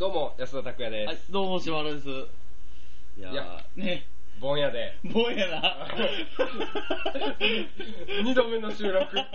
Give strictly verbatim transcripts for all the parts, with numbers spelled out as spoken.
どうも安田拓也です。 はい、どうも島原です。いやーいやね、 ぼんやでぼんやな。 にどめの収録。 さ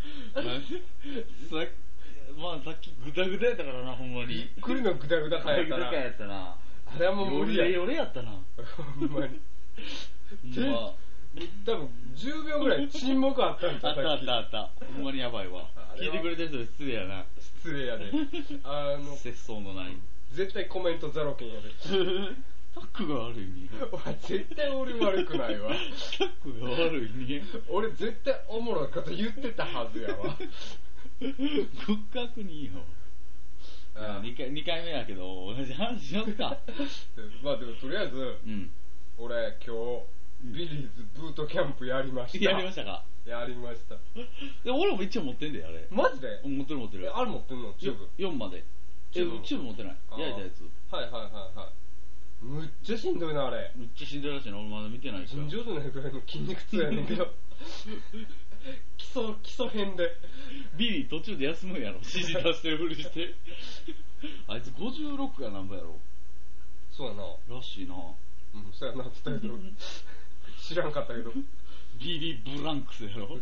まあさっきグダグダやったからな、ほんまに。 来るのグダグダかやったな。 グダグダやったな。 あれはもう無理や。 よれよれやったな。 ほんまに。 まあ多分じゅうびょうぐらい沈黙あったんちゃう。 あったあったあった。ほんまにやばいわ。聞いてくれてる人失礼やな。 失礼やで。あの節操のない。 絶対コメントゼロ件やで。 タックが悪いね。 お前絶対俺悪くないわ。 タックが悪いね。 俺絶対おもろいこと言ってたはずやわ。 極悪にいいよ。 ああ 2, 回にかいめやけど同じ話しよっか。 まあでもとりあえず、 うん、 俺今日ビリーズブートキャンプやりました。 やりましたか。 やりました。 で俺も一応持ってんだよあれ。 マジで？ 持ってる持ってる。 え、あれ持ってんの？チューブよんまで。 チューブえチューブ持ってない。焼いたやつ。 はいはいはいはい。むっちゃしんどいなあれ。 めっちゃしんどいらしいな。俺まだ見てないし。 尋常じゃないぐらいの筋肉痛やねんけど。基礎基礎編で。 ビリー途中で休むんやろ。指示出してるふりして。あいつごじゅうろくやなんぼやろ。 そうやな。 らしいな。 うん、そうやなって言ったけど。知らんかったけど。 ビリー・ブランクスやろ。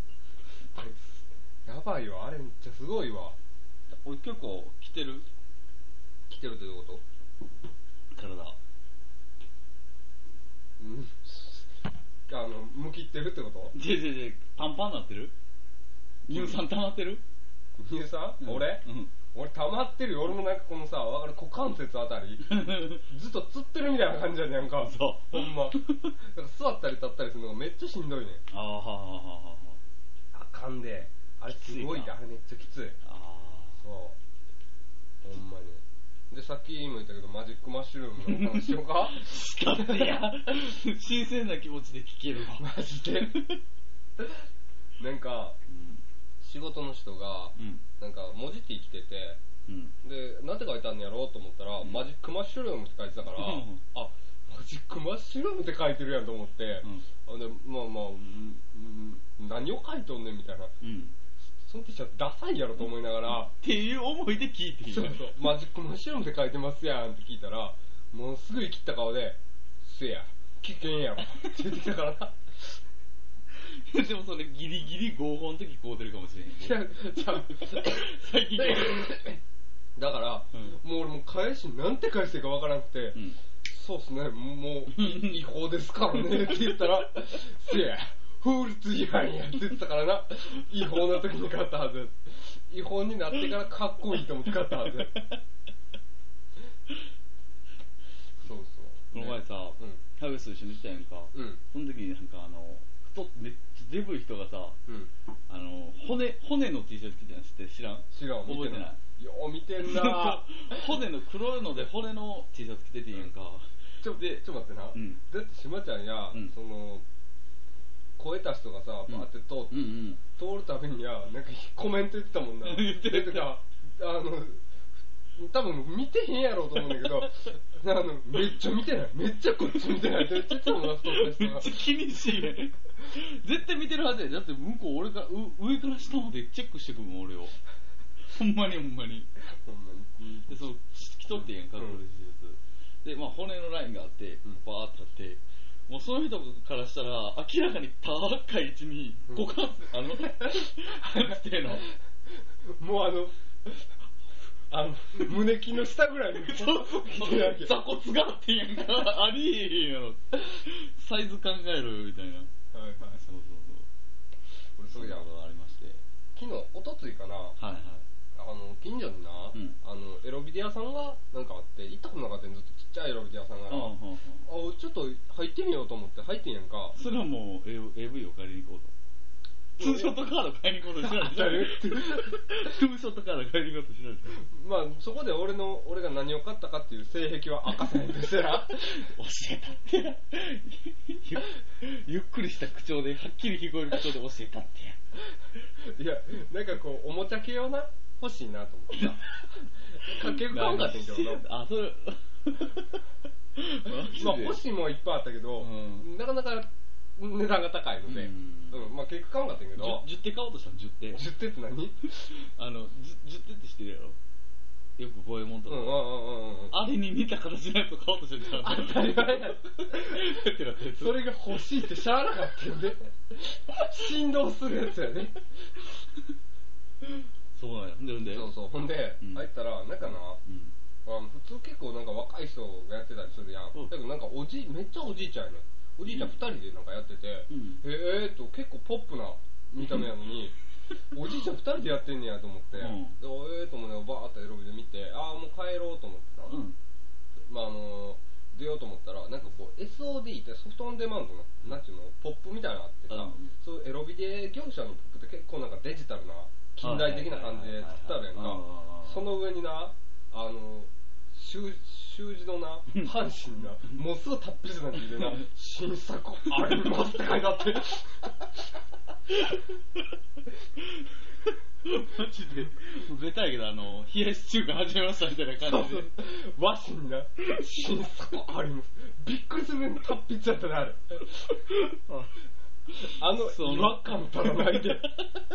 やばいわ、あれめっちゃすごいわ。 俺結構来てる来てるってどういうこと？ 体。 うん。あの、むきってるってこと？ でででパンパンなってる？乳酸溜まってる？ 乳酸？ うん、 俺？ うん。 俺溜まってるよ。俺もなんかこのさ、わかる股関節あたりずっとつってるみたいな感じやねんか。 そう。 ほんま。だから座ったり立ったりするのがめっちゃしんどいねん。 ああはあはあはあはあかんで。あれすごいで、あれめっちゃきつい。 あ。あそう。ほんまに。で、さっきも言ったけど、マジックマッシュルームの話しようか？ したってや。新鮮な気持ちで聞けるわ。 マジで。なんか、 うん仕事の人が、 うん、 なんか文字って生きてて、うん、で、なんて書いてあるんやろうと思ったら、うん、マジックマッシュルームって書いてたから、うん、あ、マジックマッシュルームって書いてるやんと思って、うん、でまあまあ、うん、何を書いとんねんみたいな。うん、そのティッシャーダサいやろと思いながら、 っていう思いで聞いてる。 そうそう、マジックマッシュルームって書いてますやんって聞いたら、もうすぐ生きった顔で、せや、危険やろって言ってきたからな。 でもそれギリギリ合法の時買うてるかもしれへん。最近だから、うん、もう俺も返しなんて返していいかわからなくて、うん、そうっすね、もう違法ですからねって言ったら、せや、法律違反やって言ってたからな、違法な時に買ったはず。違法になってからかっこいいと思って買ったはず。そうそう。 この前さ、うん、ハウス一緒に行ったやんか、うん、その時になんかあの、めっちゃデブい人がさ、うん、あの 骨, 骨の T シャツ着てたの知って知らん？ 知らん。 覚えてない？ よう見てんな。 骨の黒いので骨の T シャツ着てていいやんか。 ちょでちょっと待ってな、うん、だってしまちゃんや、うん、その超えた人がさバーって通って、うんうん、通るたびにやなんかコメント言ってたもんな。 言ってるかあの多分見てへんやろうと思うんだけど、あのめっちゃ見てない、めっちゃこっち見てないって言ってたもんな。 めっちゃ気にしいね。絶対見てるはずや。だって向こう俺から上から下までチェックしてくるもん俺を。ほんまにほんまに。 ほんまに。 でそう着とってんやんか、これ手術。でまあ骨のラインがあって、バーってあって。もうその人からしたら明らかに高い位置に股関節、うん、あの入ってんの。 もうあの。あの胸筋の下ぐらいに座骨があってんやんか。ありえへんやろ。サイズ考えるみたいな。 はいはい。 そうそうそう。俺そういうことがありまして。 昨日おとついかな。 はいはい。 あの近所にな、うん、あのエロビデ屋さんがなんかあって行ったことなかったんずっとちっちゃいエロビデ屋さんがな。あ、うんうんうん、あちょっと入ってみようと思って入ってんやんか。 それはもう エーブイ を借りに行こうと。ツーショットカード買いに行こうとしないでしょ。ツーショットカード買いに行こうとしないでしょ。 まあそこで俺の俺が何を買ったかっていう性癖は明かせないんですよな。 教えたってや。ゆ, ゆっくりした口調ではっきり聞こえる口調で教えたってや。いやなんかこうおもちゃ系をな欲しいなと思ってさ。結局買うんかってんけどな。 あそれ。 まあ欲しいもんいっぱいあったけど、うん、なかなか値段が高いので、うんうん、まあ結局買うんかったんけど、 じゅって買おうとしたのじゅって。 じゅってって何？ あのじゅってって知ってるやろ。 よく五右衛門とか、 うんうんうんうん、 あれに似た形のやつを買おうとしてた当たり前やそれが欲しいってしゃあなかったんで振動するやつやねそうなんや。でんでそうそう、ほんで、うん、入ったらなんかな、うんあの普通結構なんか若い人がやってたりするやん、うん、だけどなんかおじめっちゃおじいちゃんやねん。おじいちゃんふたりでなんかやってて、うん、へえーと結構ポップな見た目やのにおじいちゃんふたりでやってんねやと思って、うん、でええーと思ってバーッとエロビで見て、ああもう帰ろうと思ってた、うん、まああの出ようと思ったらなんかこう エスオーディー ってソフトオンデマンドのなんちゅうのポップみたいなのがあってさ、うん、そうエロビデ業者のポップって結構なんかデジタルな近代的な感じで作ってあるやんか。その上になあの習字のな阪神なもうすぐ達筆な字でな新作ありますって書いてあってマジでもう絶対やけどあの冷やし中華始めましたみたいな感じで和紙にな新作ありますびっくりするぐらい達筆やったねあれあの違和感たらないで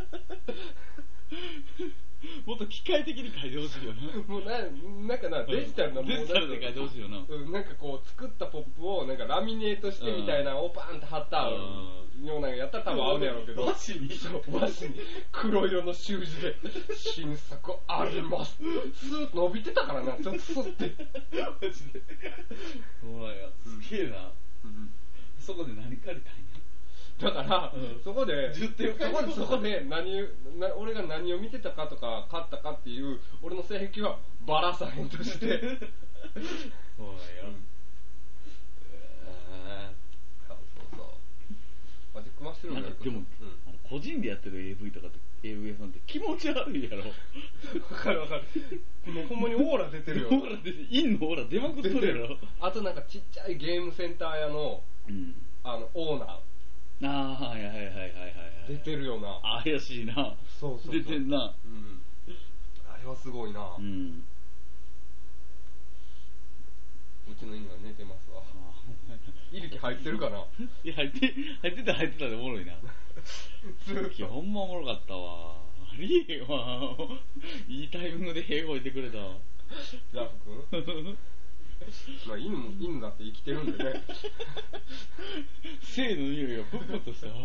もっと機械的に書いてほしいよな。 もうな、なんかな、デジタルな、 デジタルで書いてほしいよな。 うん、なんかこう、作ったポップを、なんかラミネートしてみたいな、をパーンと貼ったようなやったら多分合うんやろうけど、 和紙にそう、和紙に黒色の習字で、新作あります。スーッと伸びてたからな、ちょっとスッて。マジで。 お前や、すげえな。うん、そこで何借りたんや。 だから、うん、そこで、 そこで、そこで何な、俺が何を見てたかとか、買ったかっていう、俺の性癖はバラさへんとして。そうなんや。うん、えー、そうそう。マジックマッシュルームやるでも、うん、あの個人でやってる エーブイ とかって、エーブイ さんって気持ち悪いやろ。 わかるわかる。もうほんまにオーラ出てるよ。 オーラ出て、インのオーラ出まくってるやろ。 あとなんかちっちゃいゲームセンター屋の、うん、あの、オーナー。 ああ、はいはいはいはいはい。 出てるよな。 怪しいな。 そうそうそう。 出てんな。 うん。あれはすごいな。うん。うちの犬は寝てますわ。イルキ入ってるかな。 いや、入って、入ってた入ってたでおもろいな。続きほんまおもろかったわ。ありえんわ。いいタイミングで塀越えてくれた。 ラフ君まあ犬も犬だって生きてるんでね性の匂いがプンプンとしたそう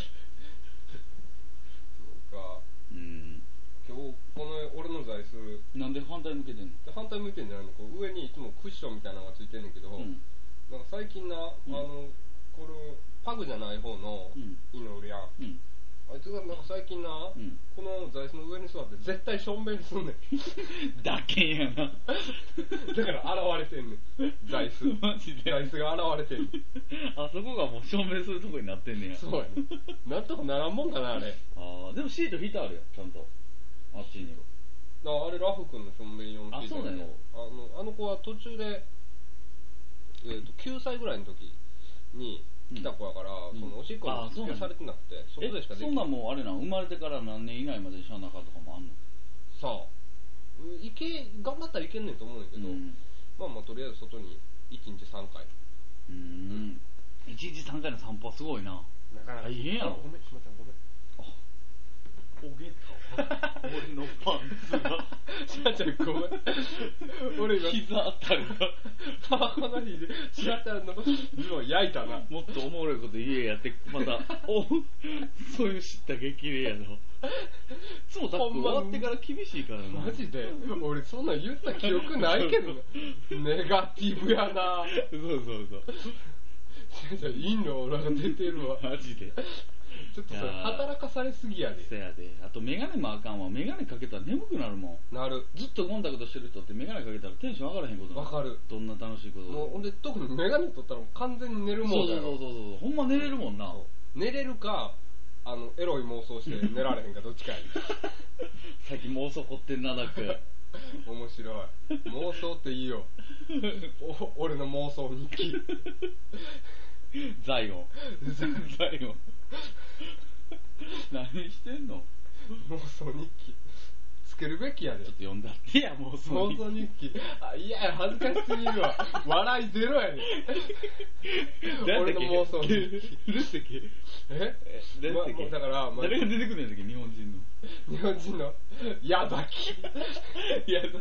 かうん今日この俺の座椅子なんで反対向けてんの反対向いてんじゃないのこう上にいつもクッションみたいなのがついてんねんけど、うん、なんか最近な、うん、あのこれパグじゃない方の犬おるやん、うん、あいつがなんか最近な、うん、この座椅子の上に座って絶対しょんべんすんねんだけやなだから現れてんねん座椅子マジで座椅子が現れてんねんあそこがもうしょんべんするとこになってんねんやそうやねなんとかならんもんかなあれああでもシート引いてあるよちゃんとあっちにああれラフ君のしょんべん用のシートあそうだよあのあの子は途中で、えー、ときゅうさいぐらいの時に来た子やから、うん、そのおしっこに付けされてなくて、そこでしかできない。 そんなんもうあれな、生まれてから何年以内までしゃあなかとかもあんのさあ、いけ、頑張ったらいけんねんと思うんだけど、うん、まあまあとりあえず外にいちにちさんかい。 うーん。いちにちさんかいの散歩はすごいな。 なかなか。 大変やろ。 ごめん、しまちゃんごめん。あ、 焦げたわ。俺のパンツが。 しまちゃんごめん。俺今、 膝あたりが。 タバコの火で、しまちゃんのズボン焼いたな。 もっとおもろいこと家やって、また、おそういう知った激励やの。いつもタック終わってから厳しいからな。 マジで俺そんなん言った記憶ないけどな。ネガティブやな。 そうそうそう。 しまちゃん、陰のオーラが出てるわ。 マジで。 ちょっとそれ働かされすぎやで。 そやで。あとメガネもあかんわ。メガネかけたら眠くなるもん。 なる。 ずっとコンタクトしてる人ってメガネかけたらテンション上がらへんことわかる。 どんな楽しいこともうほんで特にメガネ取ったら完全に寝るもんだよ。 そうそうそうそう。ほんま寝れるもんな。 寝れるか、あのエロい妄想して寝られへんかどっちかや。 最近妄想凝ってんなだく。 面白い。妄想っていいよ。お俺の妄想日記。 ザイオン。ザイオン。何してんの妄想日記つけるべきやで。 ちょっと読んだってや妄想日記。妄想日記。あ、いや恥ずかしすぎるわ。笑いゼロやねん。俺の妄想日記。 どうしたっけえ誰だっけ、 ま、だから、ま、 誰が出てくるんだっけ日本人の。 日本人の矢崎。 矢崎。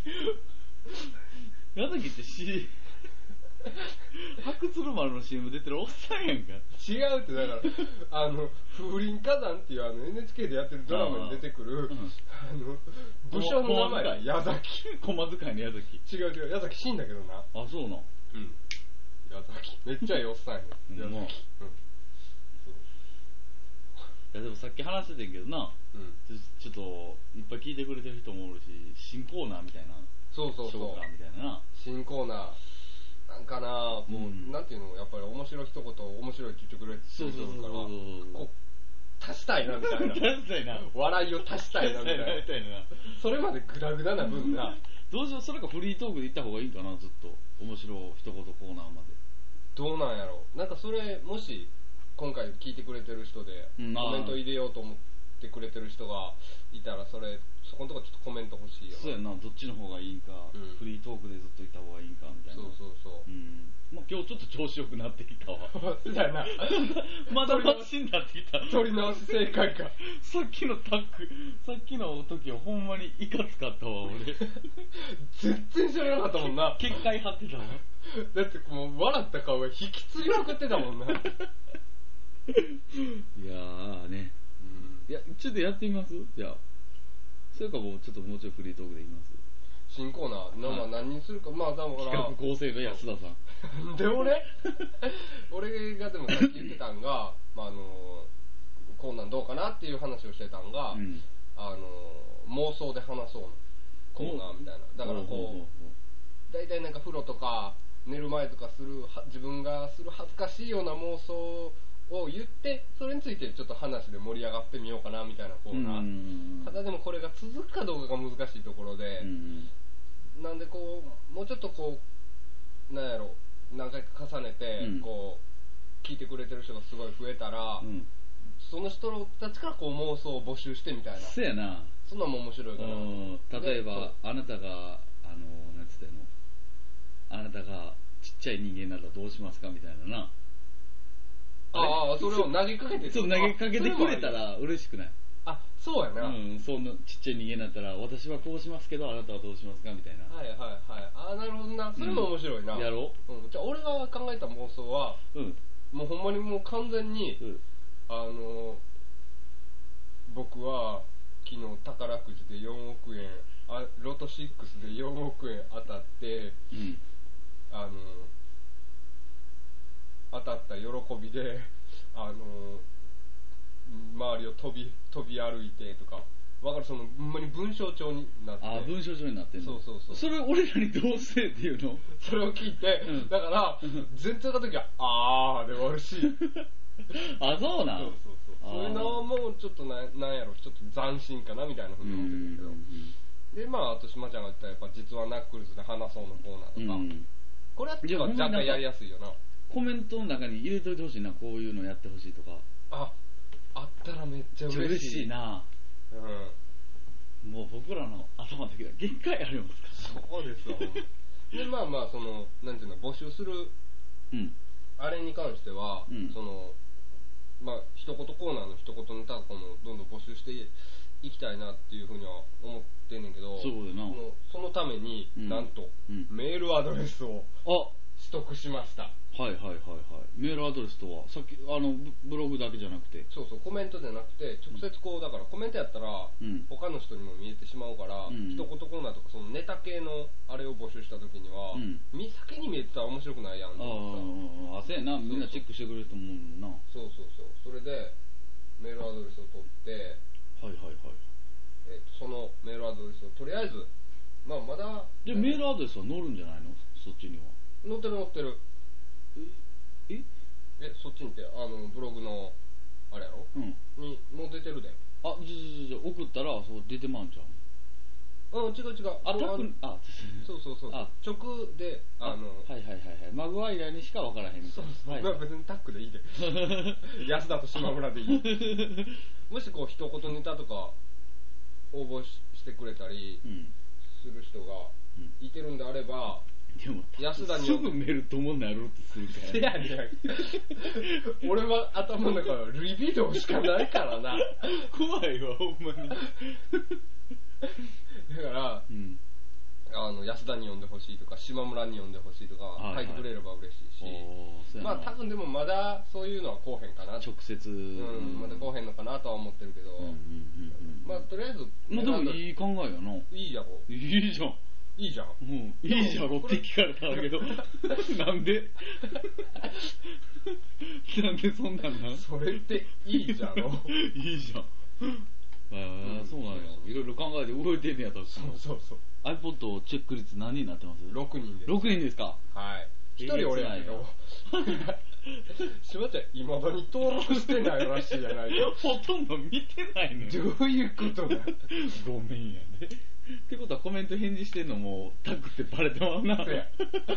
矢崎ってし白鶴丸の シーエム 出てるおっさんやんか。 違うって、だからあの風林火山っていうあの エヌエイチケー でやってるドラマに出てくる あ,、うん、あの武将の名前矢崎。 駒使いの矢崎。 違う違う、矢崎死んだけどな。 あ、そうな。 うん。矢崎めっちゃいいおっさんやね。矢崎。うん。 いやでもさっき話してたけどな、うん、ちょっといっぱい聞いてくれてる人もおるし、新コーナーみたいな、 そうそうそう、 みたいな新コーナーなんかな、もう、うん、なんていうの、やっぱり面白い一言面白いって言ってくれてる人からこう足したいなみたいな足したいな、 笑いを足したいなみたいなそれまでグダグダな分などうしよう、それかフリートークで行った方がいいかな、ずっと面白い一言コーナーまで。 どうなんやろう、なんかそれもし今回聞いてくれてる人でコメント入れようと思ってくれてる人がいたら、それそこのとこちょっとコメント欲しいよな。 そうやな、どっちの方がいいんか、うん、フリートークでずっといた方がいいんかみたいな。 そうそうそう、うん、 まあ、今日ちょっと調子よくなってきたわそうやなまだマシになってきた。 取り直し正解かさっきのタック、さっきの時はほんまにいかつかったわ俺全然知らなかったもんな。 結界張ってたわだってもう笑った顔が引きつりまくってたもんないやーね、うん、いやちょっとやってみます。じゃあそれかもうちょっともうちょいフリートークでいきます。 新コーナー、はい、まあ何にするか、まあだから企画構成の安田さんで俺俺がでもさっき言ってたんがまああのこんなんどうかなっていう話をしてたんが、うん、あの妄想で話そうのコーナーみたいな。だからこう大体なんか風呂とか寝る前とかする自分がする恥ずかしいような妄想を言って、それについてちょっと話で盛り上がってみようかなみたいなコーナー。ただでもこれが続くかどうかが難しいところで、なんでこうもうちょっとこうなんやろ何回か重ねてこう聞いてくれてる人がすごい増えたら、その人たちからこう妄想を募集してみたいな。 そうやな。 そんなんも面白いかな。例えばあなたがあのなんつったの、あなたがちっちゃい人間ならどうしますかみたいなな。 ああ、それを投げかけてそう投げかけてくれたら嬉しくない？ あ、そうやな。 うん、そんなちっちゃい人間だったら私はこうしますけどあなたはどうしますかみたいな。 はいはいはい。あ、なるほどな。それも面白いな。 うん、やろう。うん。じゃあ俺が考えた妄想は、うん、もうほんまにもう完全に、うん、あの僕は昨日宝くじでよんおくえん、あロトろくでよんおくえん当たって、うん、あの当たった喜びであの周りを飛び飛び歩いてとか、わかる、そのほんまに文章帳になって。 あ、文章帳になってんの。 そうそうそう。 それ俺らにどうせっていうの？ それを聞いて、うん、だから全通の時はあーで終わるしあ、そうなん。 そうそうそう。そういうのもちょっとななんやろ、ちょっと斬新かなみたいなふうに思ってるんだけど。でまああと島ちゃんが言ったやっぱ実はナックルズで話そうのコーナーとか、うん、これはちょっと若干やりやすいよな。 コメントの中に入れといてほしいな、こういうのやってほしいとか。 あ、あったらめっちゃ嬉しい。 嬉しいな。うん。もう僕らの頭だけで限界ありますから。 そうですよ。でまあまあそのなんていうの募集する、うん、あれに関しては、うん、そのまあ一言コーナーの一言ネタをどんどん募集していきたいなっていうふうには思ってんねんけど、 そうだな。 そのそのために、うん、なんと、うん、メールアドレスを取得しました。 はいはいはいはい。メールアドレスとはさっきあの ブ, ブログだけじゃなくて、 そうそう、コメントじゃなくて直接こう、だからコメントやったら、うん、他の人にも見えてしまうから、うん、一言コーナーとかそのネタ系のあれを募集した時には、うん、先に見えてたら面白くないやん。 ああ、そうやな、みんなチェックしてくれると思うもんな。 そうそうそう。それでメールアドレスを取って、 はいはいはい。 えー、とそのメールアドレスをとりあえず、まあまだでメールアドレスは載るんじゃないの？そっちには。 載ってる載ってる。 ええそっちにってあのブログのあれやろ、うん、にもう出てるで。 あ、じゃじゃじゃ送ったらそう出てまうんじゃん。 うん、違う違う。 あ、タクあ、 そうそうそう。あ、直であのはいはいはいはい。マグワイアにしか分からへんみたいな。 そうそう。はい、まあ別にタックでいいで。安田と島村でいい。もしこう一言ネタとか応募 し, してくれたりする人がいてるんであれば。 でも安田にすぐメールともなるってするから、ね、 いやいや俺は頭の中はリビドーしかないからな。 怖いわほんまに。 だから、うん、 あの安田に呼んでほしいとか島村に呼んでほしいとか書いてくれれば嬉しいし、はいはい、まあ多分でもまだそういうのはこうへんかな直接、うん、 まだこうへんのかなとは思ってるけど、うんうんうんうん、まあとりあえずまあでもいい考えやな。 いいじゃんいいじゃんいいじゃん、 うん、いいじゃろって聞かれたんだけどなんでなんでそんなんなんそれっていいじゃろいいじゃんああ、うん、そうなんや。いろいろ考えて動いてんねやったら。 そうそうそう。 iPod チェック率何人になってます？ ろく 人です。 ろくにんですか？ はい。ひとり俺やけど。しばちゃん、いまだに登録してないらしいじゃないか。 ほとんど見てないのよ。どういうことだごめんやね。ってことはコメント返事してんのもタッグってバレてまうな。そうや。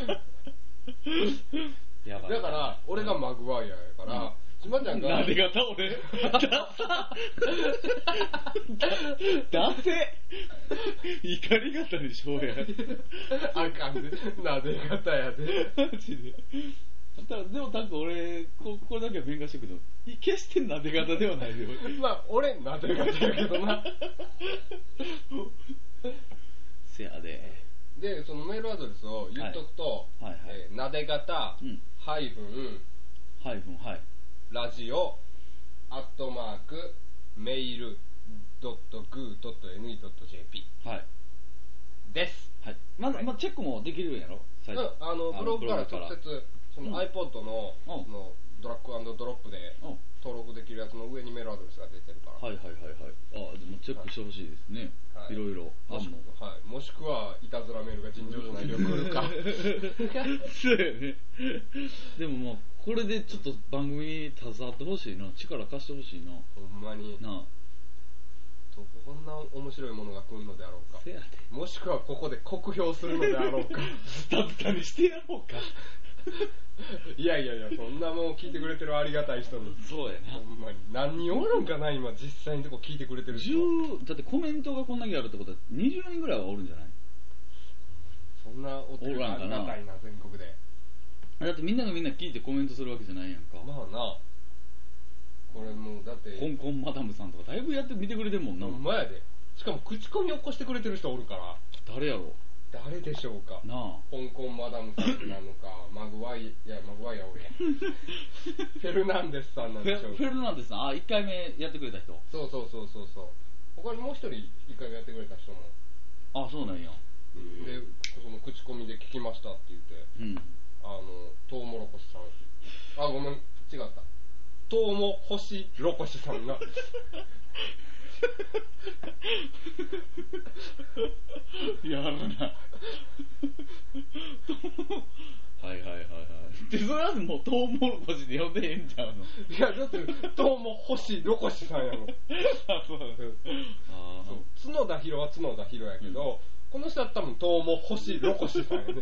やばい。だから、俺がマグワイアやから、うんしまちゃんがなで方俺ダサだせ怒り方でしょうやあかんでなで方やでマジでただでも多分俺 こ, これだけは弁解してくけど決してなで方ではないよまあ俺なで方やけどなせやででそのメールアドレスを言っとくと、はいはいはいえー、なで方、うん、ハイフンハイフンはいラジオアットマークメイルドットグードットエヌイードットジェーピー はいです。 はい。まだ、はい、まあチェックもできるんやろ。 最初。うん、あのブログから直接その iPod の、うん、そのドラッグ&ドロップで登録できるやつの上にメールアドレスが出てるから。 はいはいはいはい。あでもチェックしてほしいですね。はい。いろいろ。 もしくは、はい。もしくはいたずらメールが尋常じゃない量来るか。 そうやね。でもまあ。これでちょっと番組に携わってほしいな力貸してほしいなほんまになあこんな面白いものが来るのであろうかせやでもしくはここで酷評するのであろうかズタズタにしてやろうかいやいやいやそんなもん聞いてくれてるありがたい人にそうやなほんまに何人おるんかな今実際にとこ聞いてくれてる人だってコメントがこんだけあるってことはにじゅうにんぐらいはおるんじゃないそんなおってるありがたいな全国でだってみんながみんな聞いてコメントするわけじゃないやんかまあなこれもうだって香港マダムさんとかだいぶやって見てくれてんもんなほんまやでしかも口コミ起こしてくれてる人おるから誰やろ誰でしょうかなあ香港マダムさんなのかマグワイいやマグワイや俺やフェルナンデスさんなんでしょうかフェルナンデスさんあいっかいめやってくれた人そうそうそうそうそう他にもう一人いっかいめやってくれた人もあそうなんやでその口コミで聞きましたって言って、うんあのトウモロコシさんあごめん違ったトウモホシロコシさんがやるなはいはいはいはいでそれはもうトウモロコシで呼んでええんちゃうのいやだってトウモホシロコシさんやもんあそうだ、うん、あそう角田博は角田博やけど、うん、この人は多分トウモホシロコシさんやね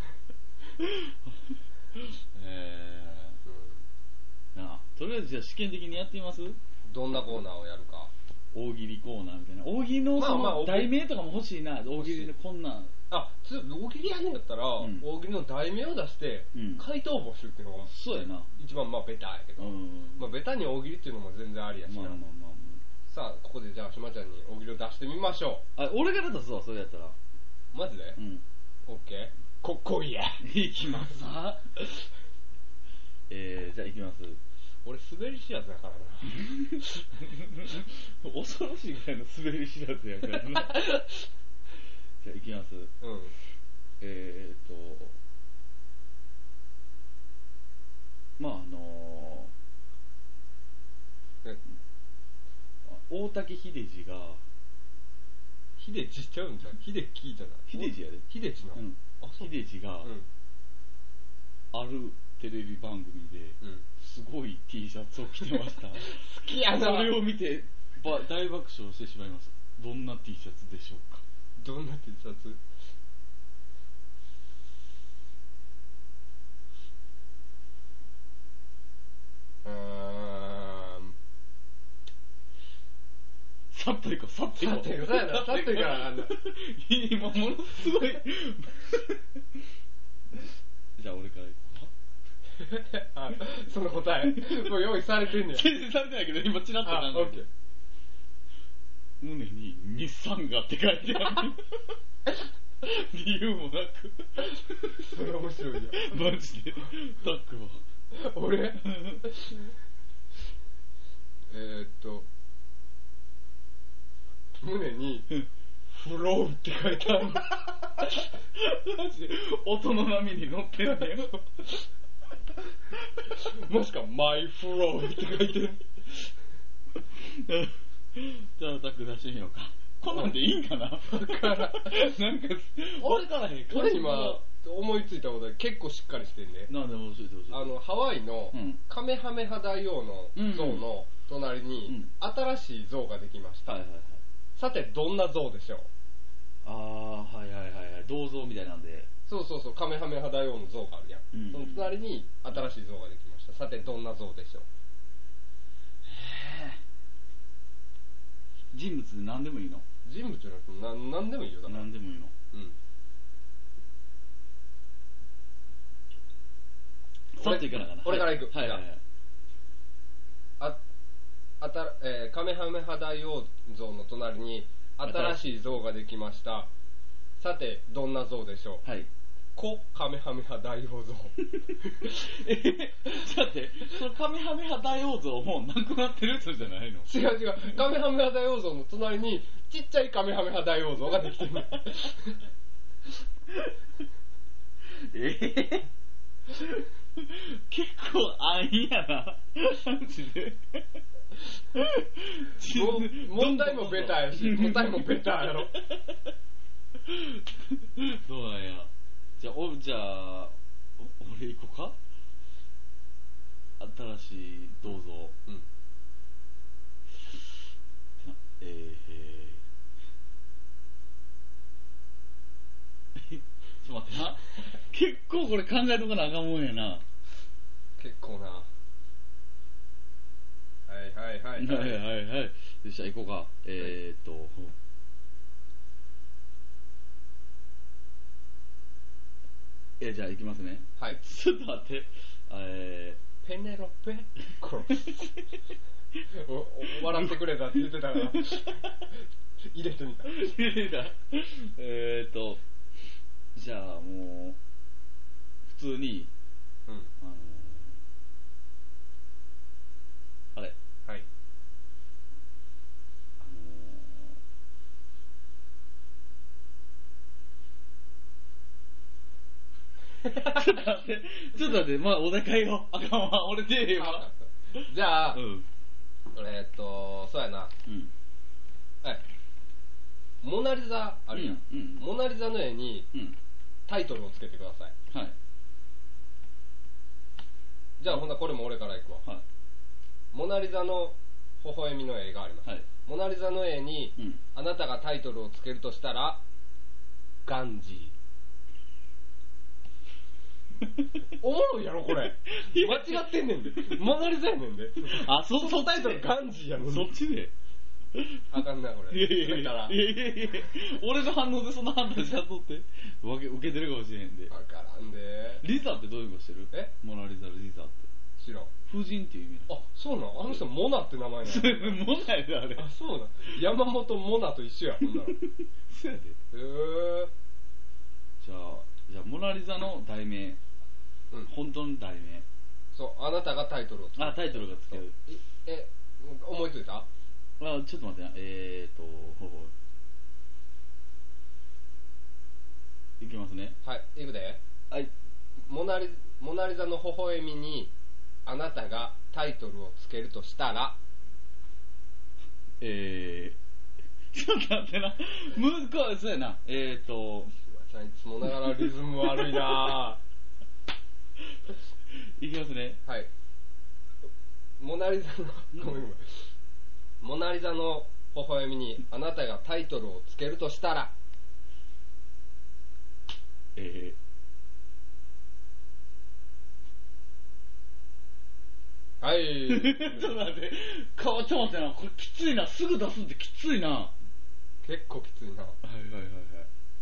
えー、なあとりあえずじゃあ試験的にやってみますどんなコーナーをやるか大喜利コーナーみたいな大喜利のその題名とかも欲しいな大喜利のこんなんあつ大喜利やねんやったら、うん、大喜利の題名を出して、うん、回答募集っていうのがそうやな一番まあベタやけど、うんまあ、ベタに大喜利っていうのも全然ありやしな、まあまあまあ、さあここでじゃあしまちゃんに大喜利を出してみましょうあ俺から出すわそれやったらマジでうんオッケーこっこいやいきますさえー、じゃあいきます俺滑り知らずやからな恐ろしいぐらいの滑り知らずやからなじゃあいきますうんえーとまああのー、大竹秀治が秀治ちゃうんじゃん秀樹じゃない秀治やで秀治な、うん、 あ秀治が、うん、あるテレビ番組で、うん、すごい T シャツを着てました好きやなそれを見てば大爆笑してしまいます。どんな T シャツでしょうか。 どんな T シャツ。うーんさっといこうさっといこうさっといこうさっといこう今ものすごいじゃあ俺からいこうあ、その答えもう用意されてんねん。 全然されてないけど今チラッと考えて胸に日産がって書いてある理由もなく。 それ面白いや。 マジで。タックは。 俺えーっと、胸に、フローって書いてある。 マジで。音の波に乗ってんねん。 もしくは、マイフローって書いてる。 じゃあタック出してみようか。こんなんでいいんかな。 だからなんか、俺からへん。 俺今、思いついたことで結構しっかりしてんね。 なんでも教えてほしい。 あの、ハワイのカメハメハ大王の像の隣に新しい像ができました。 はいはいはい。 さて、どんな像でしょう？ あー、はいはいはいはい。銅像みたいなんで。 そうそうそう、カメハメハ大王の像があるやん。うん、その隣に新しい像ができました。さて、どんな像でしょう？ へー。人物で何でもいいの？ 人物じゃなくて、な何でもいいよ。だから何でもいいの。うん。さっといかなかな。 俺から行く。 はいはいはい。 あ、あた、えー、カメハメハ大王像の隣に新しい像ができました。さて、どんな像でしょう？はい。コカメハメハ大王像。 えー、だって、そのカメハメハ大王像もうなくなってるやつじゃないの？ 違う違う。カメハメハ大王像の隣にちっちゃいカメハメハ大王像ができてる。 えー結構安易やな。マジで。 問題もベターやし、答えもベターやろ。 そうなんや。じゃあ、お、じゃあ、俺行こうか？新しい銅像。うん。えー、えー、ちょっと待ってな。結構これ考えとかなあかんもんやな。 結構な。はいはいはいはい。はいはいはい。よっしゃ、行こうか。えーっと、はい、え、じゃあ行きますね。はい。ちょっと待って。えー、ペネロペコロス。笑ってくれたって言ってたから。入れてみた。 入れてみた。えーっと、じゃあもう、普通に、うん、あのー、あれ。はい。あのー、ちょっと待って、ちょっと待って、まあ、お題変えよう。あかんわ、俺出えへんわ。 じゃあ、うん、えー、っと、そうやな。うん。はい。モナリザあるやん。うんうん、モナリザの絵に、うんタイトルをつけてください。はい。じゃあ、ほんなこれも俺からいくわ。はい。モナリザの微笑みの絵があります。はい。モナリザの絵に、うん、あなたがタイトルをつけるとしたら、ガンジー。おもろいやろ、これ。間違ってんねんで。モナリザやねんで。 あ、そ、 そのタイトルガンジーやねん。 そっちで。 あかんな、これ。 いやいやいやいやいやいや俺の反応でそんな判断しちゃっとって。受けてるかもしれへんで。 わからんで。 リザってどういうことしてる？えモナリザのリザって。 知らん。 夫人っていう意味なの。あ、そうなんあの人モナって名前なのモナやであれ。 あ、そうなん山本モナと一緒や、ほんなら。 そうやで。へぇー。 じゃあ、じゃあ、モナリザの題名。うん。本当の題名。 そう、あなたがタイトルをつける。 あ、タイトルがつける。 え、思いついた？ あ、ちょっと待ってな。えーと、ほほいきますね。 はい、いくで。はい。モナリ、モナリザの微笑みに、あなたがタイトルをつけるとしたら、 えー、ちょっと待ってな。むずこい、そうやな。えーと、 いつもながらリズム悪いなぁ。いきますね。 はい。モナリザの、ごめんごめん。モナリザの微笑みにあなたがタイトルをつけるとしたら、 えー、はい。 ちょっと待って、かわっちょっと待ってな、これきついな、すぐ出すんってきついな。 結構きついな。はいはいはいはい。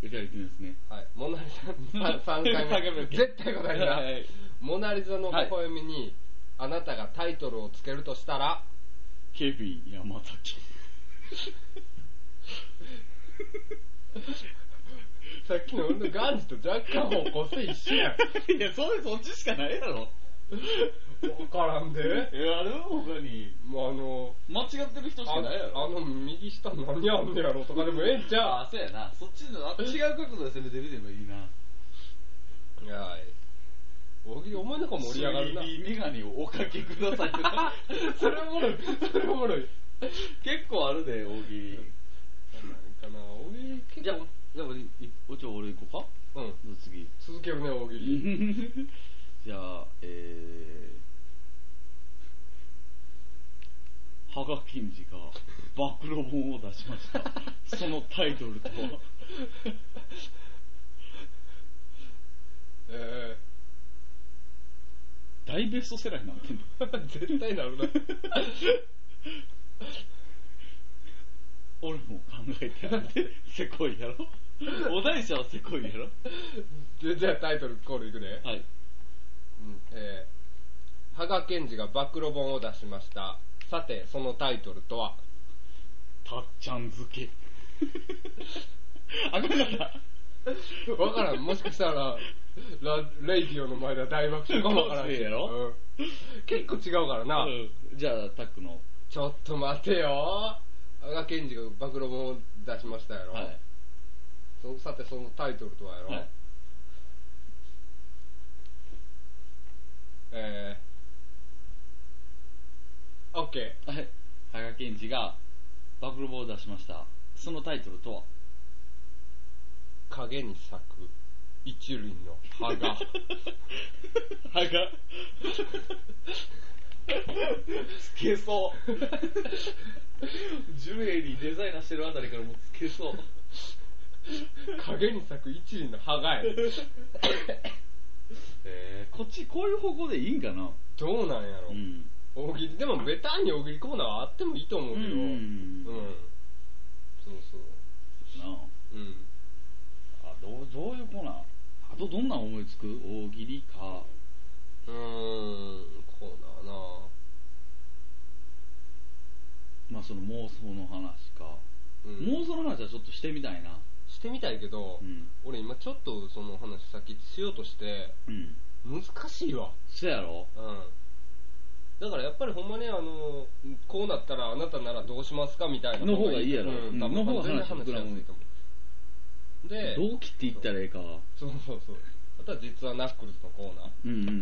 いただきますね。 はい。モナリザさんかいめ。絶対答えるな。はいはい、モナリザの微笑みにあなたがタイトルをつけるとしたら、 ケビン山崎。 さっきの俺のガンジと若干方向性一緒やん。 いや、それそっちしかないやろ。 わからんで。 え、ある他に。 もうあの、 間違ってる人しかないやろ。 あの、右下何あんねやろとかでもええんちゃう。 あ、そうやな。そっちの、あ違う角度で攻めてみてもいいな。 いやー、大喜利お前の中盛り上がるな。 スリーディー メガネをおかけくださいとか。 それおもろい。それおもろい。 結構あるで、大喜利。 なんかな、大喜利結構。 じゃあ、じゃあ俺、おちょ、俺行こうか。うん。次。 続けるね、大喜利。 じゃあ、えー、羽賀健二が暴露本を出しました。そのタイトルとはえー、大ベストセラーになってんの絶対なるな。 俺も考えてやるて、せこいやろ。お題者はせこいやろ。 じゃあタイトルコールいくね。 はい。 うん、えー、羽賀健二が暴露本を出しました。さて、そのタイトルとは。 たっちゃん漬け。あかんかった。 わからん。もしかしたら、ラレイディオの前では大爆笑かもわからんし。 やろ、 うん、結構違うからな。 うん、じゃあ、タックの。 ちょっと待てよ。羽賀健二が暴露本を出しましたやろ。はい、そさて、そのタイトルとはやろ。はい、えー、オッケー。はい。羽賀健二が暴露本を出しました。そのタイトルとは。 影に咲く一輪の葉が。 葉が。つけそう。ジュエリーデザイナーしてるあたりからもうつけそう。 影に咲く一輪の葉がや。 えー、こっちこういう方向でいいんかな。 どうなんやろ、うん、大喜利でもベタに大喜利コーナーはあってもいいと思うけど、うん、うん、そうそうなあ、うん、あ、どうどういうコーナー、あとどんな思いつく、大喜利か、 うーん、コーナーな、 まあその妄想の話か、うん、妄想の話はちょっとしてみたいな。 してみたいけど、うん、俺今ちょっとその話さっきしようとして、うん、難しいわ。 そうやろ。 うん。だからやっぱりほんまにあのこうなったらあなたならどうしますかみたいなの方がいいやろ。うん、多分の方が話しやすいと思う。で、どう切っていったらいいか。 そうそうそう。あとは実はナックルズのコーナー。うんうんうん。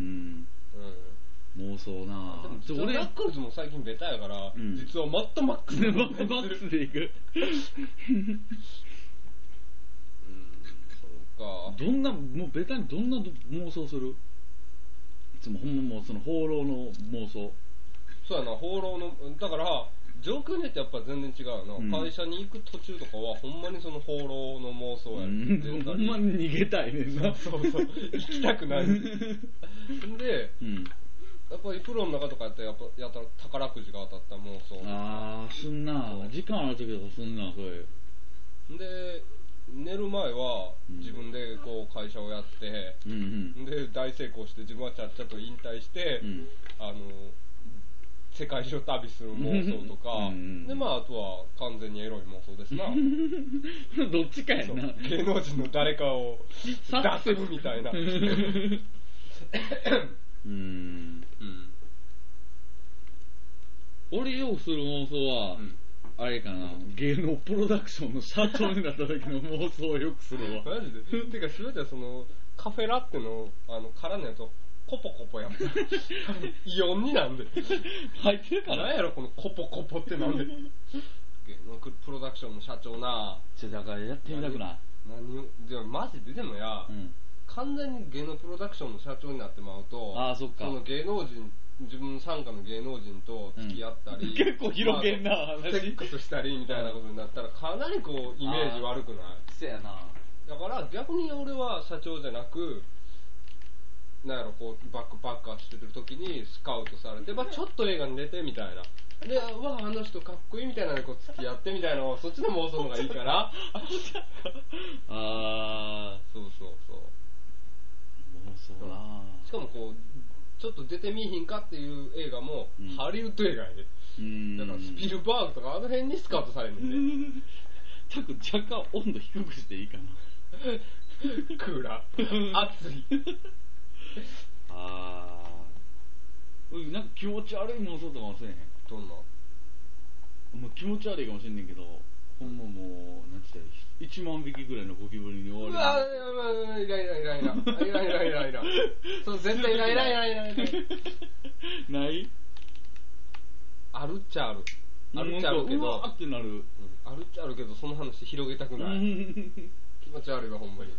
うん。妄想な。 でも実はナックルズも最近ベタやから、うん、実はマットマックスでマットマックスでいく。どんな、もうベタにどんな妄想する？いつもほんまもうその放浪の妄想。 そうやな、放浪の、だから状況によってやっぱ全然違うな、うん、会社に行く途中とかはほんまにその放浪の妄想やる、 うん、ほんまに逃げたいねんな。 そうそう、行きたくないで、うん、やっぱりプロの中とかやってやっぱやったら宝くじが当たった妄想。 ああ、すんな、時間ある時とかすんな、それで寝る前は自分でこう会社をやって、うん、で大成功して自分はちゃっちゃと引退して、うん、あの世界中旅する妄想とか、うん、でまああとは完全にエロい妄想ですな。 どっちかやな。 芸能人の誰かを出せるみたいな。うん、うん、 俺よくする妄想は、うん、あれかな、芸能プロダクションの社長になった時の妄想をよくするわ。 マジで。てか全てはそのカフェラテのあの空のやつをコポコポやん。イオンになんで入ってるから。 なんやろこのコポコポってなんで。芸能プロダクションの社長な。 ちょだからやってみたくない。 何をでもマジででもや、うん、完全に芸能プロダクションの社長になってまうと、 ああそっか。 その芸能人自分参加の芸能人と付き合ったり、うん、 結構広げんな、 まあ、セックスしたりみたいなことになったらかなりこうイメージ悪くない？ せやな。 だから逆に俺は社長じゃなく、なんやろこうバックパッカーしてる時にスカウトされて、まあ、ちょっと映画に出てみたいな。で、わあの人かっこいいみたいなのこう付き合ってみたいなのをそっちの妄想の方がいいから。ああ、 そうそうそう。 妄想な。 しかもこう。ちょっと出てみいひんかっていう映画も、うん、ハリウッド映画やで、うん、だからスピルバーグとかあの辺にスカウトされるんで、 ちょっと若干温度低くしていいかな。 クーラー暑いあーなんか気持ち悪い妄想とかもせえへん。 どんなもう気持ち悪いかもしれんねんけど、ほんまもうなんて言ったらいちまんびきぐらいのゴキブリに追われる。 うわーいらいらいらいらいらいらいらいらいらそう絶対いらいらいらいらいらないあるっちゃあるあるっちゃあるけど、 うわーってなる、うん、 あるっちゃあるけどその話広げたくない気持ち悪いわほんまに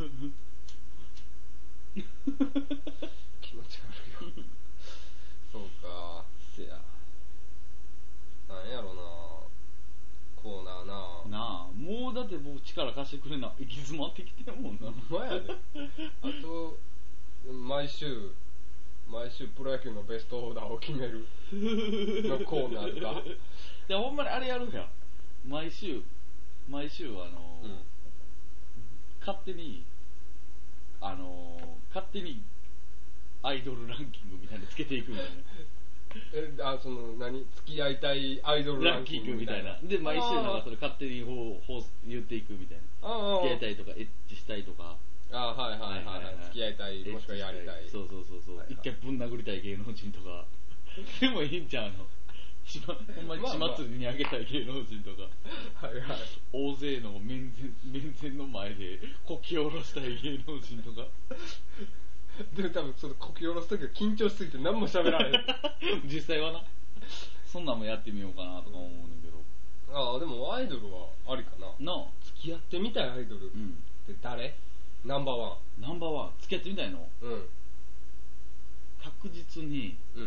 気持ち悪いよそうかせやなんやろなコーナーななあもうだって僕力貸してくれな行き詰まってきてるもんなほんまやであと毎週毎週プロ野球のベストオーダーを決めるのコーナーがでほんまにあれやるやん毎週毎週あのーうん、勝手にあのー、勝手にアイドルランキングみたいなのつけていくみたいなえあその何付き合いたいアイドルランキングみたいなで毎週なんかそれ勝手にほうほう言っていくみたいな付き合いたいとかエッチしたいとかあはいはいはい、はいはい、付き合いたいもしくはやりたいそうそうそうそう、はいはい、一回ぶん殴りたい芸能人とかでもいいんちゃうのほんまに血祭りにあげたい芸能人とか、 はいはい、 大勢の面前、面前の前でこき下ろしたい芸能人とかで多分そのこき下ろすときは緊張しすぎて何も喋られへん実際はなそんなんもやってみようかなとか思うねんけどああでもアイドルはありかななあ付き合ってみたいアイドルって誰、うん、ナンバーワンナンバーワン付き合ってみたいのうん確実に、うん、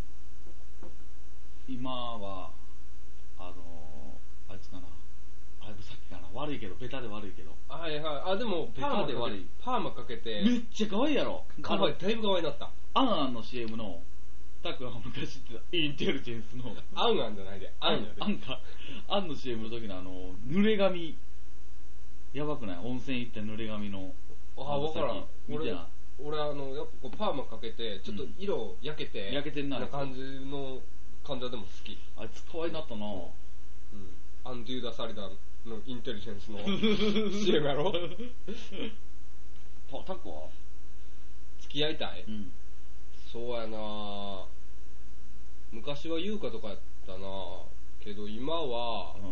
今はあのー、あいつかなあいつさっきかな悪いけどベタで悪いけどはいはいあでもベタで悪いパーマかけてめっちゃ可愛いやろ可愛いだいぶ可愛いになったアンアンの シーエム のタクが昔知ってたインテリジェンスのアンアンじゃないでアンやでアンかアンの シーエム の時のあの濡れ髪やばくない温泉行った濡れ髪のあ分からん見てな俺あのやっぱこうパーマかけてちょっと色焼けて、 うん、焼けてんな感じの感じはでも好きあいつ可愛いなったな、うん、 アンデューダ・サリダンのインテリジェンスの シーエム やろタコは付き合いたい、うん、そうやな昔は優香とかやったなけど今は、うん、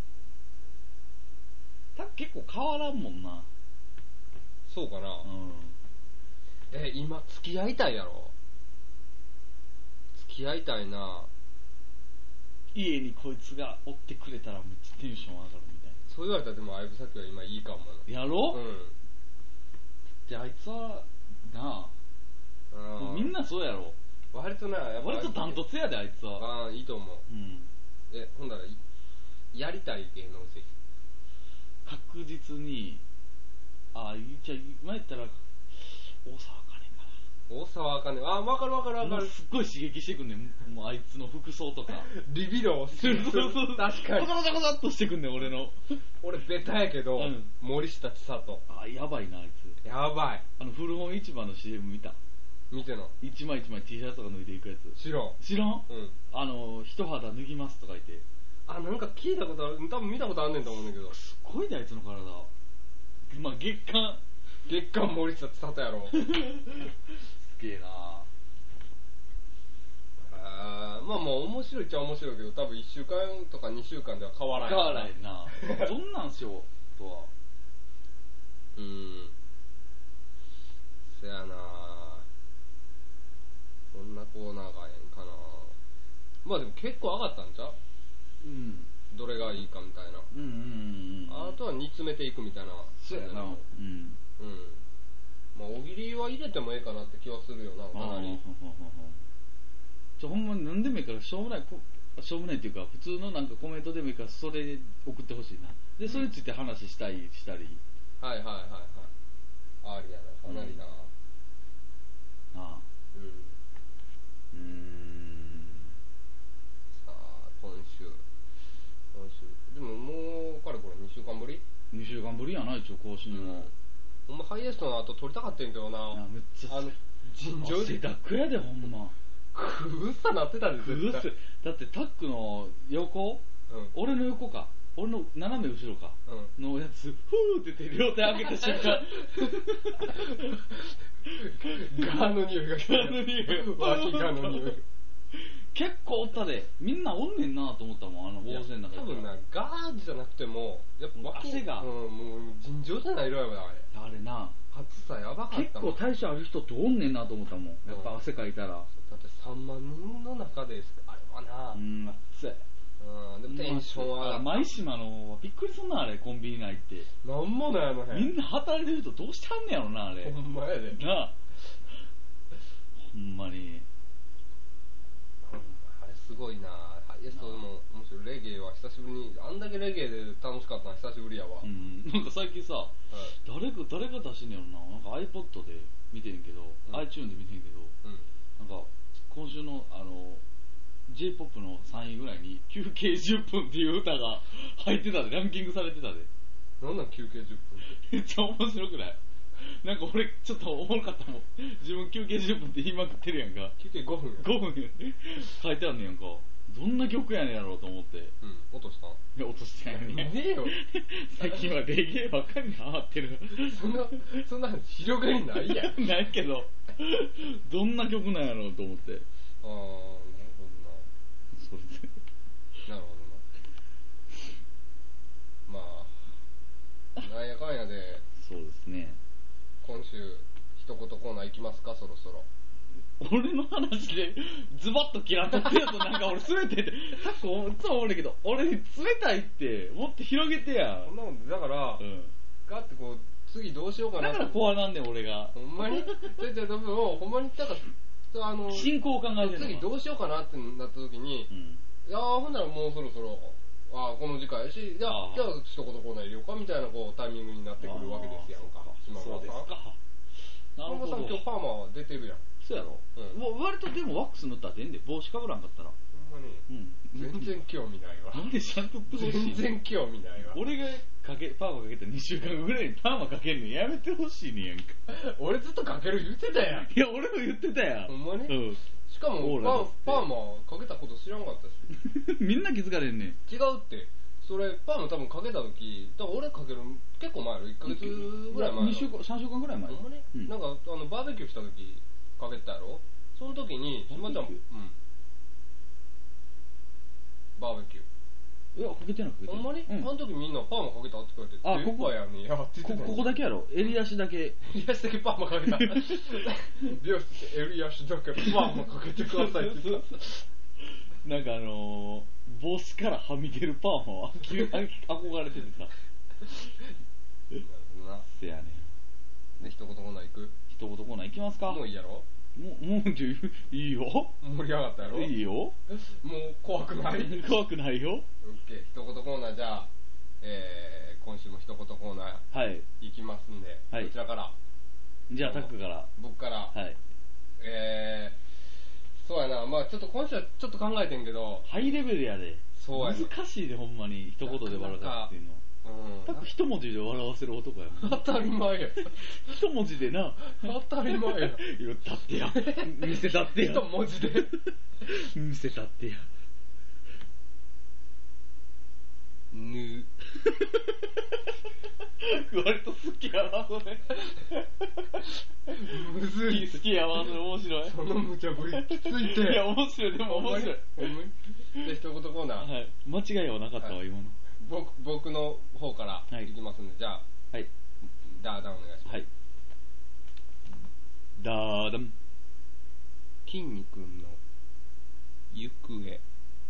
タコ結構変わらんもんなそうかな、うん、え今付き合いたいやろ付き合いたいな家にこいつがおってくれたらめっちゃテンション上がるみたいなそう言われたらでも相武咲は今いいかもなやろうんであいつはなあみんなそうやろ割となやっぱ割とダントツやであいつはああいいと思う、うん、えほんならやりたい芸能人確実にああじゃあ今言ったら大沢あかねかな大沢あかねあ分かる分かる分かるすっごい刺激してくんねんもうあいつの服装とかリビドーするそうそう確かにコザコザコザっとしてくんねん俺の俺ベタやけど、うん、森下千里あやばいなあいつやばいあの古本市場の シーエム 見た見てな一枚一枚 T シャツとか脱いでいくやつ知らん知らん、うん、あの一肌脱ぎますとか言ってあなんか聞いたことある多分見たことあんねんと思うんだけどすごいねあいつの体まあ月刊月刊森下千里やろすげえなあまあまあ面白いっちゃ面白いけど多分いっしゅうかんとかにしゅうかんでは変わらない変わらないなどんなんしようとはうーんせやなそんなコーナーがええんかなまあでも結構上がったんちゃううんどれがいいかみたいなうんうんうんあとは煮詰めていくみたいなそうやなうんうんまあ大喜利は入れてもええかなって気はするよなかなりじゃほんまに何でもいいからしょうもないしょうもないっていうか普通のなんかコメントでもいいからそれ送ってほしいなでそれについて話したりしたり、 うん、はいはいはいはいありやなかなりな、うんああうんうーんさあ今週今週でももうかれこれにしゅうかんぶりにしゅうかんぶりやな一応更新も、 うん、ほんまハイエストの後撮りたかったんやけどなめっちゃあの尋常汗だくやでほんまくっさなってたんですよだってタックの横、うん、俺の横か俺の斜め後ろか、うん、のやつふーって言って両手上げた瞬間ガーの匂いが来た。 ガーの匂い脇ガーの匂い結構おったで、みんなおんねんなと思ったもん、あの大勢の中で。 多分な、ガーじゃなくてもやっぱ汗が、 うん、もう尋常じゃない色やわあれ。 あれな、 暑さやばかったもん。 結構代謝ある人っておんねんなと思ったもん、やっぱ汗かいたら。だってさんまん人の中であれはな、 うん、暑い。 うん、でもテンションは舞島のびっくりすんな、あれコンビニ内ってなんもないのへん。 みんな働いてる人どうしてはんねやろな、あれ。 ほんまやでなあ、ほんまにあれすごいな。ハイエストも面白い。レゲエは久しぶりに、あんだけレゲエで楽しかったの久しぶりやわ。 うん、なんか最近さ、はい、誰か誰が出してんねやろな、なんか iPod で見てんけど、うん、iTunes で見てんけど、うん、なんか今週のあの J-ポップ のさんいぐらいに休憩じゅっぷんっていう歌が入ってたで、ランキングされてたで。 なんなん休憩じゅっぷんってめっちゃ面白くない？なんか俺ちょっとおもろかったもん。自分休憩じゅっぷんって言いまくってるやんか。 休憩ごふんやごふんや書いてあんねやんか。どんな曲やねんやろうと思って。 うん、落としたん？いや、落としてないね。 ねえよ最近はレゲエばっかりなってる。 そんな、そんな広がりないやん。 ないけど、どんな曲なんやろうと思って。 あー、なるほどな。 それで。 なるほどな。まあ、なんやかんやで、 そうですね。 今週、一言コーナー行きますか、そろそろ。 俺の話でズバッと切らんとってよと、なんか俺冷てってさっきいつも思うんだけど、俺冷たいってもっと広げてや。 そんなことだから、うん、ガッてこう次どうしようかな。 だから怖なんねん俺が。 ほんまにそれで多分ほんまにだからあの進行を考えてるの。 次どうしようかなってなった時に、うん、いやほんならもうそろそろあこの時間やし、じゃあじゃあ一言コーナー入れようかみたいなこうタイミングになってくるわけですやんか。島村さん。そうですか。なるほど。島村さん今日パーマは出てるやん。 そうやろ、うん、もう割とでもワックス塗ったら出んで、帽子かぶらんかったら。 ほんまに、うん、全然興味ないわ。 なんでちゃんとってほしい。 全然興味ないわ。 俺がかけパーマかけたにしゅうかんぐらいにパーマかけるのやめてほしいねやんか。 俺ずっとかける言ってたやん。 いや俺も言ってたやん。 ほんまに、うん、しかもパーマかけたこと知らんかったしみんな気づかれんねん。 違うって、それパーマ多分かけた時、多分俺かける結構前のいっかげつぐらい前のにしゅうかんさんしゅうかんぐらい前。 ほんまに、うん、なんかあのバーベキューした時かけたやろ。その時に島ちゃん、うん、バーベキュー、 いやかけてないかけてない。 ほんまに、うん、あの時みんなパーマかけたって言われて、 あここやねんやって言ってた。 ここだけやろ、襟足だけ襟足だけパーマかけた美容室で襟足だけパーマかけてくださいって言ってたなんかあのー、ボスからはみ出るパーマは憧れててさなるほどな。せやねん。 で一言コーナー行く？ 一言コーナー行きますか。 もういいやろ。 もう、もう、いいよ。 盛り上がったやろ。 いいよ。もう怖くない怖くないよ。 オッケー、一言コーナーじゃあ、えー、今週も一言コーナー、はい。行きますんで、はい、こちらから。 じゃあ、タックから。 僕から。はい。えー、そうやな、まあちょっと今週はちょっと考えてんけど。 ハイレベルやで。 そうやね。 難しいで、ほんまに。一言で笑かすっていうの。うん、タック一文字で笑わせる男やもん。 当たり前や。 一文字でな。 当たり前や。 言ったってや。見せたってや。 一文字で。 見せたってや。 ぬ。 割と好きやな、それ。 むずい。 好きやわ、それ面白い。 その無茶ぶりついて。 いや、面白い、でも面白い。 ほんまにで、一言コーナー。 はい。間違いはなかったわ、はい、今の。 僕, 僕の方からいきますんで、はい、じゃあ、はい、ダーダンお願いします。はい、 ダーダン。 筋肉の行方。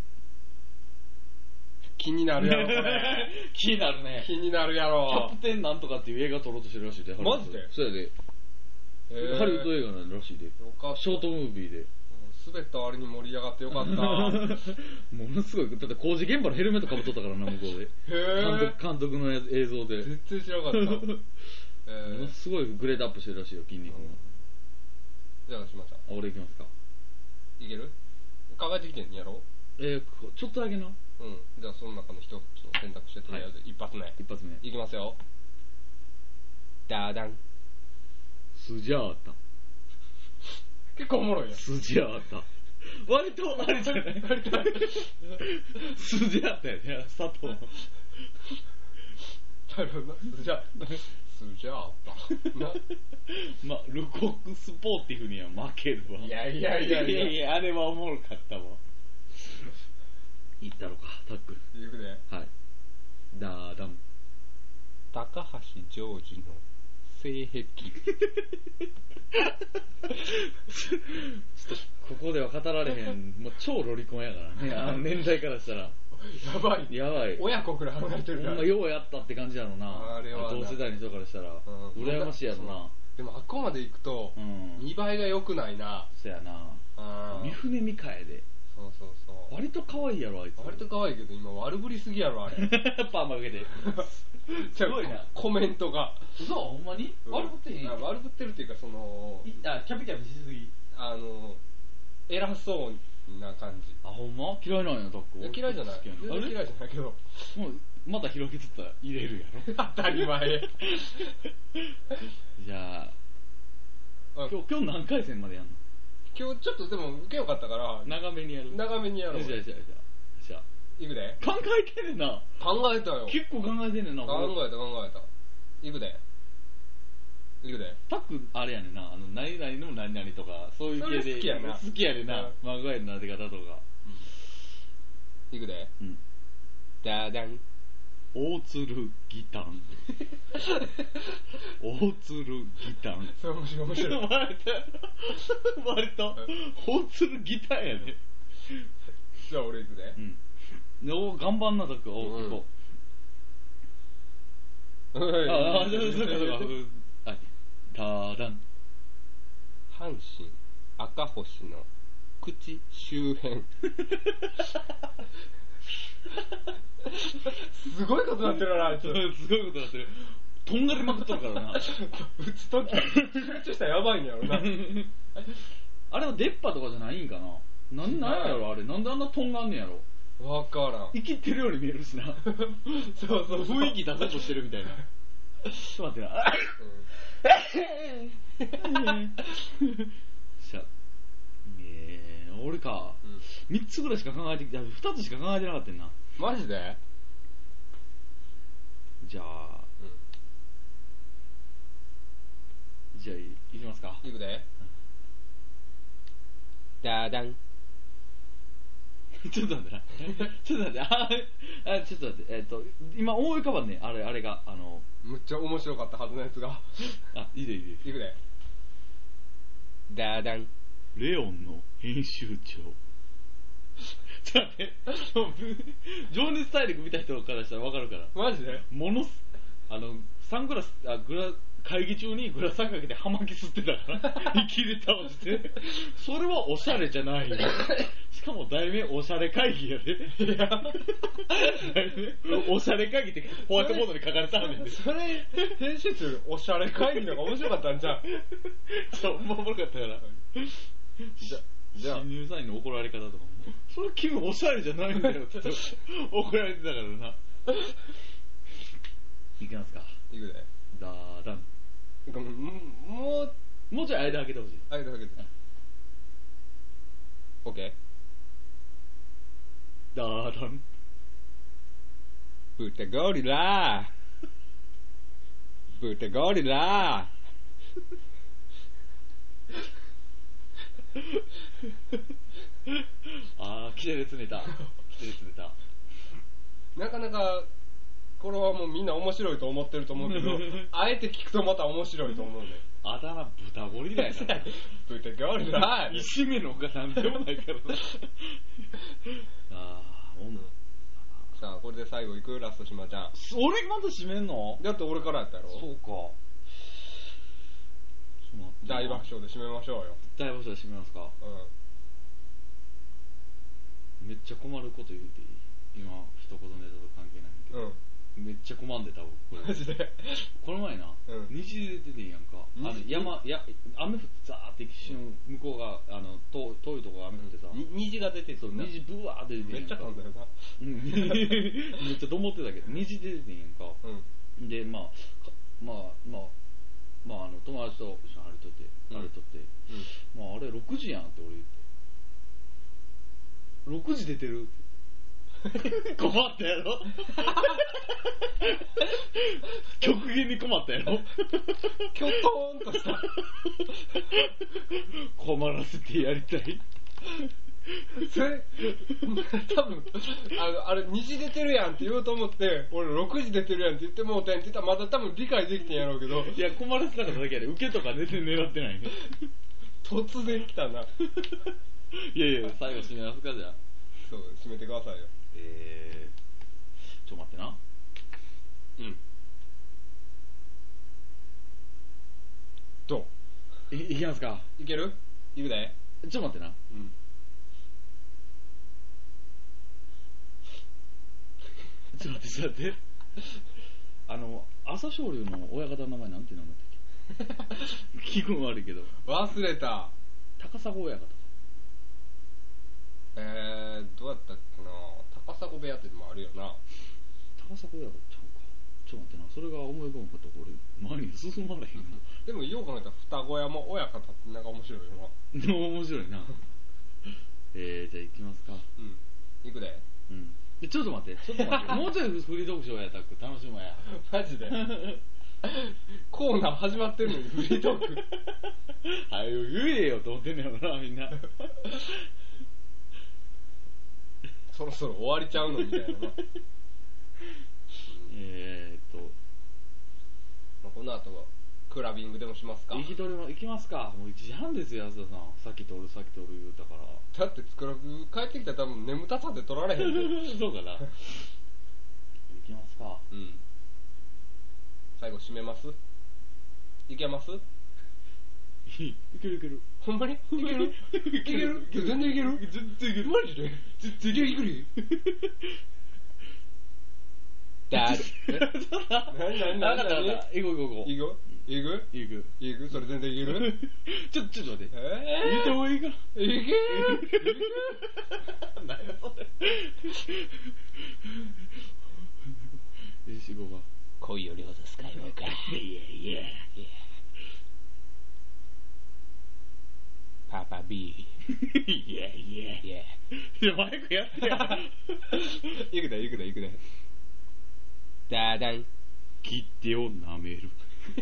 気になるやろ、これ。 気になるね。 気になるやろ。 キャプテンなんとかっていう映画撮ろうとしてるらしいで。 マジで？ そうやで。ハリウッド映画なんらしいで。よかった。ショートムービーで。 滑った割に盛り上がってよかった。ものすごい、だって工事現場のヘルメットかぶっとったからな、向こうで。へ監督の映像で。 絶対知らなかった。 ものすごいグレードアップしてるらしいよ、筋肉も。 じゃあ、しました。 俺行きますか。 いける？考えてきてんやろ？ えー、ちょっとだけな。うん。 じゃあ、その中の一つを選択して、とりあえず一発目。 一発目。 いきますよ。ダーダン。 スジャータ。 結構おもろいやん。 スジャータ。割とあれじゃないスジャータやね、佐藤。 だろうな、スジャ、スジャータ。なまあ、ルコックスポーティフには負けるわ。 いやいやいやいや。 いやいや、あれはおもろかったわ。いったろか、タックル。 いくで。 はい。ダーダン。 高橋ジョージの性癖。 ちょっと、ここでは語られへん、もう超ロリコンやからね、あの年代からしたら。 やばい。 やばい。 親子くらい離れてるから。 ほんまようやったって感じやろな。 あれはな。 同世代の人からしたら。うん、羨ましいやろな。 でもあっこまで行くと、うん、にばいが良くないな。 そやな。三船美佳やで。 そうそうそう。 割と可愛いやろ、あいつ。 割と可愛いけど、今悪ぶりすぎやろ、あれ。 パーマかけて。すごいな。 コメントが。 嘘ほんまに、うん、悪ぶってへん。 悪ぶってるっていうか、その、 あ、キャピキャピしすぎ。 あの、偉そうな感じ。 あ、ほんま嫌いなんや、タック。 嫌いじゃない。嫌いじゃないけど。 もう、また広げてたら入れるやろ。 当たり前。 じゃあ、今日、今日何回戦までやんの？ 今日ちょっとでも受けよかったから、 長めにやる。 長めにやろう。 じゃあじゃあじゃあ。じゃあ。 いくで。 考えてんねんな。 考えたよ。 結構考えてんねんな。 考えた考えた。いくで。いくで。 タック、あれやねんな。あの、何々の何々とか、そういう系で。 好きやな。 好きやでな。漫画やの当て方とか。 いくで。うん。ダダン。 大鶴ギタン。大鶴ギタン。 それ面白い面白い。 割れた。割れた。大鶴ギタンやね。 じゃあ俺いくで。 うん。お頑張んな、タック。お、うん、こう。ああ、そうかそうかそうか。ダダン。 阪神赤星の口周辺。すごいことなってるな、あいつ。 すごいことなってる。とんがりまくっとるからな。 打つとき、集中したらやばいんやろな。 あれは出っ歯とかじゃないんかな。なんなんやろあれ。なんであんなとんがんねやろ。 わからん。 生きてるように見えるしな。そうそう、雰囲気出そうとしてるみたいな。ちょっと待ってな。しゃ、えー、俺か、うん、みっつぐらいしか考えてきて、ふたつしか考えてなかったんな。 マジで？ じゃあ、うん、じゃあいきますか。 いくで。ダダン。 ちょっと待ってな。ちょっと待って。あ、あちょっと待って。えっ、ー、と、今思い浮かばんね。あれ、あれが、あの。 むっちゃ面白かったはずのやつが。 あ、いいでいいで。 いくで。ダダン。 レオンの編集長。ちょっと待って。情熱大陸見た人からしたら分かるから。 マジで？ ものす、あの、サングラス、あ、グラ、会議中にグラサンかけて葉巻吸ってたから。生きで倒して。それはおしゃれじゃないよ。しかも題名おしゃれ会議やで。いや。おしゃれ会議ってホワイトボードに書かれたんねんで。 それ、編集中おしゃれ会議の方が面白かったんじゃん。 そう、面白かったから。じゃ、じゃあ。新入社員の怒られ方とかも。それ君おしゃれじゃないんだよって怒られてたからな。いきますか。 いくで。 ダーダン。 もう、 もうちょい間開けてほしい。 間開けて。オッケー。ダーダン。 ブタゴリラー。ブタゴリラー。あー、キテレツネタ。キテレツネタ。 なかなか、これはもうみんな面白いと思ってると思うけど、あえて聞くとまた面白いと思うね。 あだ名豚ゴリラやな。 豚ゴリラ。 石目のほかなんでもないからな。あー、おんの。 さあ、これで最後いく？ラスト島ちゃん。 俺まだ締めんの？ だって俺からやったやろ。 そうか。 大爆笑で締めましょうよ。 大爆笑で締めますか。うん。めっちゃ困ること言うていい？今、一言ネタと関係ないんだけど。うん。めっちゃ困んでた僕。 マジで？ この前な、うん、虹で出ててんやんか。あの山、や、雨降ってザーって一瞬、向こうが、あの、遠いとこが雨降ってさ。 虹が出てて、 虹ブワーって出てんやんか。 めっちゃ噛んだよな。 めっちゃどもってたけど、虹で出てんやんか。うん、で、まあ、まあ、まあ、まあ、あの、友達と一緒に歩いとって、歩いとって、うん、まあ、あれろくじやんって俺言って。ろくじ出てるって。 困ったやろ極限に困ったやろキョトーンとした困らせてやりたいそれ多分あのあれにじ出てるやんって言おうと思って俺ろくじ出てるやんって言ってもうてんって言ったらまだ多分理解できてんやろうけどいや困らせたかっただけやで受けとか全然狙ってないね突然来たないやいや最後締めますかじゃあそう締めてくださいよえーちょっと待ってなうんどう い, いきますかいけるいくでちょっと待ってなうんちょっと待ってちょっと待ってあの朝青龍の親方の名前なんていう名前だったっけ気分悪いけど忘れた高砂親方えー、どうやったっけな高砂部屋ってのもあるよな高砂親方ちゃうかちょっと待ってなそれが思い浮かぶかと俺前に進まれへんなでもよう考えたら双子山親方ってなんか面白いよなでも面白いなえー、じゃあ行きますかうん行くでうんでちょっと待ってちょっと待ってもうちょいフリートークショーやったく楽しもうやマジでコーナー始まってるのにフリートークはよ言えよと思ってんねやろなみんなそろそろ終わりちゃうのみたいなえーっと、 まあ、この後はクラビングでもしますか行き取りも行きますかもういちじはんですよ安田さんさっき取るさっき取る言うたからだってクラブ帰ってきたら多分眠たさで取られへんでそうかな行きますかうん最後締めますいけますいけるいけるほんまにいけるいける全然いける全然いけるマジで全然いけるだる何何何何行こう行こう行こういくいく行くいくそれ全然いけるちょちょっと待ってえー言った方がいいかいけるいける何やそれよし行こうか恋よりほどスカイウォーカーいやいやパパ B いやいやいやいやマイクやってやいくでいくでいくでダダン切手を舐める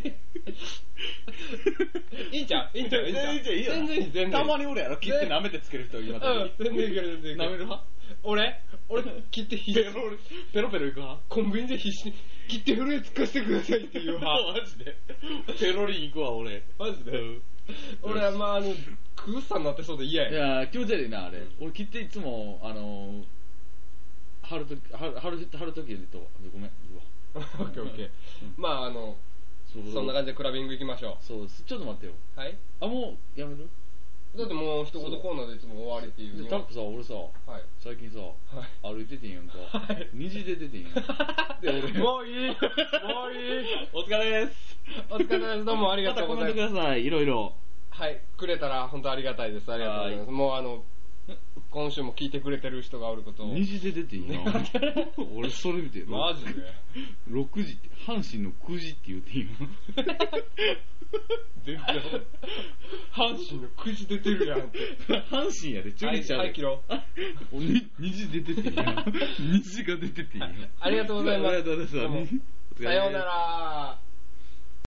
いいんちゃういいんちゃういいんちゃう全然いいよ全然いい全然いいたまに俺やろ切って舐めてつける人今時うん全然いける全然いける舐める派俺俺切って必死ペロペロペロいく派コンビニで必死に切ってフルーツ貸してくださいっていう派マジでペロリンいくわ俺マジで、 うん、 俺はまああの空さになってそうで嫌いやや気持ち悪いなあれ俺切っていつもあのー貼るとき貼る貼る貼るときとごめんいいわオッケーオッケーまああのそ, そんな感じでクラビング行きましょそうですちょっと待ってようはいあもうやめるだってもう一言コーナーでいつも終わりっていうのはでタックさ俺さはい最近さ、 はい、 歩いててんやんか、はい、虹で出てんやんで俺もういいもういいお疲れですお疲れですどうもありがとうございますまたコメントくださいいろいろはいくれたら本当ありがたいですありがとうございますもうあの今週も聞いてくれてる人がおることを虹で出ていいな俺それ見てマジでろくじって阪神のくじって言うていいの全然阪神のくじ出てるやんって阪神やでちょいちゃうはい切ろう虹出てていいや虹が出てていいやありがとうございますありがとうございますさようなら。